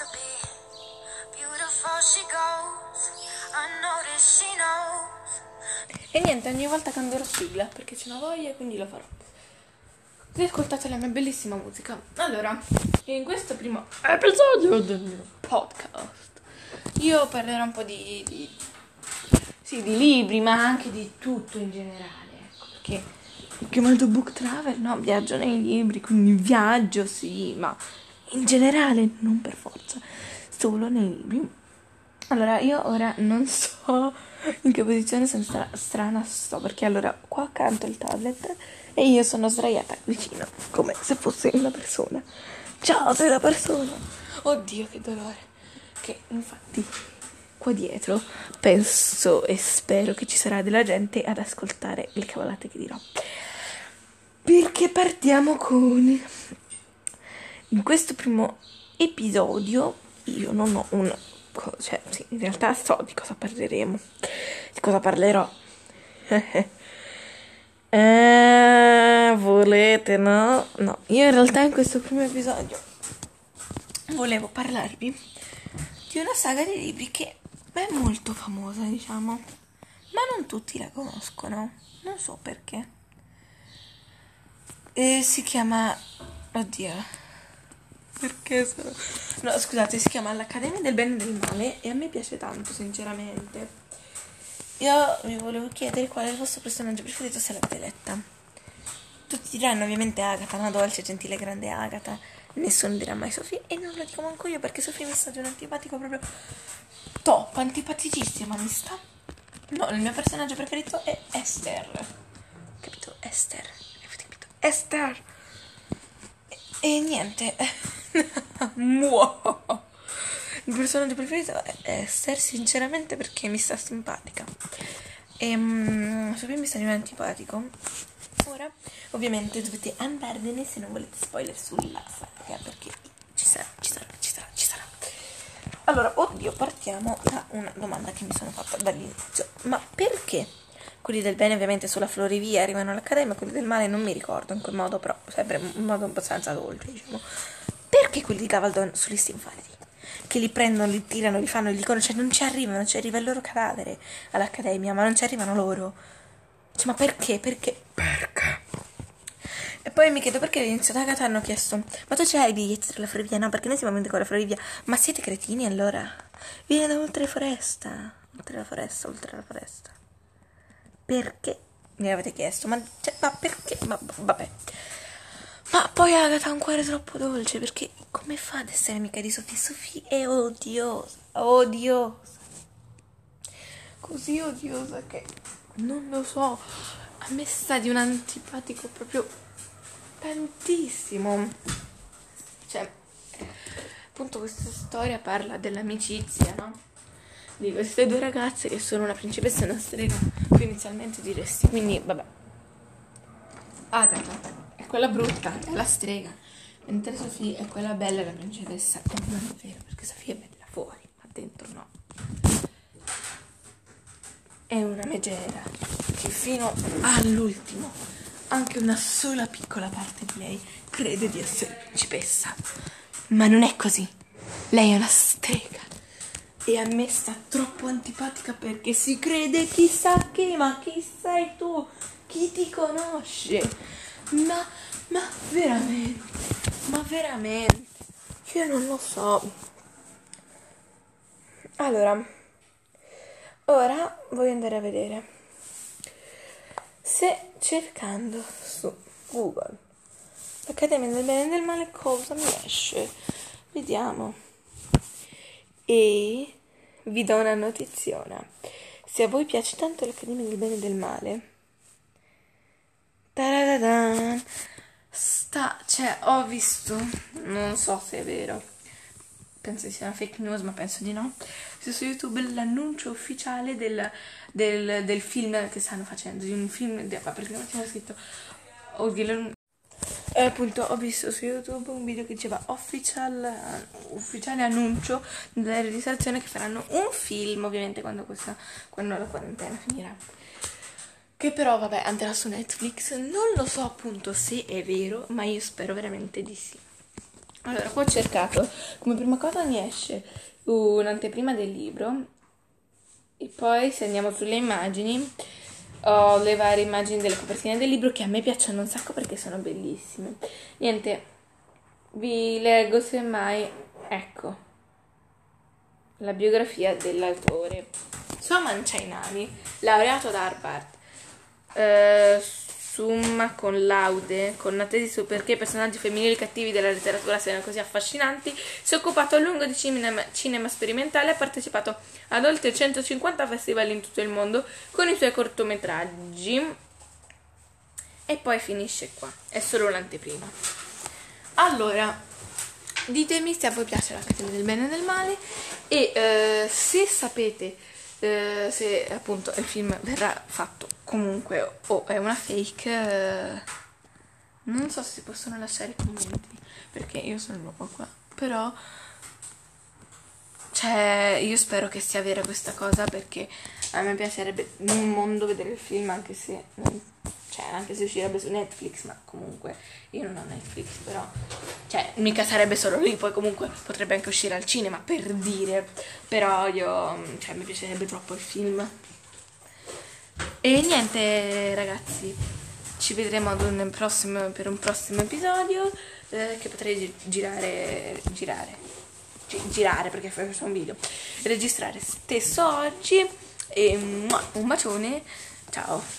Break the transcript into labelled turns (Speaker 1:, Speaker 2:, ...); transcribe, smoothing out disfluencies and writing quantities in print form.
Speaker 1: E niente, ogni volta cambierò sigla perché ce n'ho voglia e quindi lo farò. Così ascoltate la mia bellissima musica. Allora, in questo primo episodio del mio podcast io parlerò un po' di libri, ma anche di tutto in generale, ecco, perché ho chiamato book travel, no? Viaggio nei libri, quindi viaggio sì, ma in generale non per forza, solo nei libri. Allora, io ora non so in che posizione strana sto, perché allora qua accanto il tablet e io sono sdraiata vicino, come se fossi una persona. Ciao, sei la persona! Oddio, che dolore! Che infatti qua dietro penso e spero che ci sarà della gente ad ascoltare le cavolate che dirò. Perché partiamo con... In questo primo episodio io non ho un... Cioè, sì, in realtà so di cosa parleremo. Di cosa parlerò. Volete, no? No, io in realtà in questo primo episodio volevo parlarvi di una saga di libri che è molto famosa, diciamo, ma non tutti la conoscono, non so perché. E si chiama... Oddio, perché sono... No, scusate, si chiama L'Accademia del Bene e del Male e a me piace tanto, sinceramente. Io vi volevo chiedere qual è il vostro personaggio preferito se l'avete letta. Tutti diranno ovviamente Agatha, una dolce, gentile, grande Agatha. Nessuno dirà mai Sophie e non lo dico manco io perché Sophie mi sta di un antipatico proprio top, antipaticissima mi sta. No, il mio personaggio preferito è Esther. Capito? Esther. Avete capito? Esther. E niente. Il personaggio preferito è Esther, sinceramente, perché mi sta simpatica. E Sophie mi sta di un antipatico. Ora, ovviamente, dovete andarvene se non volete spoiler sulla saga, perché ci sarà. Allora, oddio, partiamo da una domanda che mi sono fatta dall'inizio. Ma perché quelli del bene ovviamente sulla Florivia arrivano all'Accademia, quelli del male non mi ricordo in quel modo, però sempre in modo abbastanza dolce, diciamo. Perché quelli di Gavaldon sono gli Stinfatti? Che li prendono, li tirano, li fanno, li dicono, cioè non ci arrivano, ci arriva il loro cadavere all'Accademia, ma non ci arrivano loro. Cioè, ma perché? Perché? E poi mi chiedo perché all'inizio da Agatha hanno chiesto: ma tu c'hai i biglietti per la Florivia? No, perché noi siamo venuti con la Florivia. Ma siete cretini allora? Viene da oltre la foresta. Perché? Mi avete chiesto, ma perché? Ma vabbè. Ma poi Agatha ha un cuore troppo dolce, perché come fa ad essere amica di Sophie? Sophie è odiosa. Così odiosa che non lo so. A me sta di un antipatico proprio tantissimo. Cioè, appunto questa storia parla dell'amicizia, no? Di queste due ragazze che sono una principessa e una strega. Tu inizialmente diresti, quindi vabbè. Agatha è quella brutta, è la strega, mentre Sophie è quella bella, la principessa. E non è vero, perché Sophie è bella fuori, ma dentro no. È una megera che fino all'ultimo, anche una sola piccola parte di lei, crede di essere principessa. Ma non è così. Lei è una strega. E a me sta troppo antipatica perché si crede chissà che, ma chi sei tu? Chi ti conosce? Ma veramente, io non lo so. Allora, ora voglio andare a vedere se cercando su Google l'Accademia del Bene e del Male cosa mi esce. Vediamo. E vi do una notiziona. Se a voi piace tanto l'Accademia del Bene e del Male, ho visto, non so se è vero, penso sia una fake news, ma penso di no, su YouTube l'annuncio ufficiale del film che stanno facendo, di un film, perché non c'era scritto, appunto ho visto su YouTube un video che diceva ufficiale annuncio della registrazione che faranno un film, ovviamente quando la quarantena finirà, che però vabbè andrà su Netflix. Non lo so appunto se è vero, ma io spero veramente di sì. Allora, qua ho cercato, come prima cosa mi esce un'anteprima del libro e poi se andiamo sulle immagini ho le varie immagini delle copertine del libro che a me piacciono un sacco perché sono bellissime. Niente, vi leggo semmai, ecco, la biografia dell'autore. Soman Chainani, laureato ad Harvard, summa con laude, con una tesi su perché i personaggi femminili cattivi della letteratura siano così affascinanti, si è occupato a lungo di cinema sperimentale e ha partecipato ad oltre 150 festival in tutto il mondo con i suoi cortometraggi. E poi finisce qua, è solo l'anteprima. Allora, ditemi se a voi piace l'Accademia del Bene e del Male e se sapete se appunto il film verrà fatto comunque o è una fake, non so se si possono lasciare i commenti perché io sono nuova qua, però cioè io spero che sia vera questa cosa perché a me piacerebbe in un mondo vedere il film anche se uscirebbe su Netflix, ma comunque io non ho Netflix, però cioè mica sarebbe solo lì, poi comunque potrebbe anche uscire al cinema per dire, però mi piacerebbe troppo il film. E niente ragazzi, ci vedremo per un prossimo episodio che potrei girare perché fai questo un video, registrare stesso oggi e un bacione, ciao.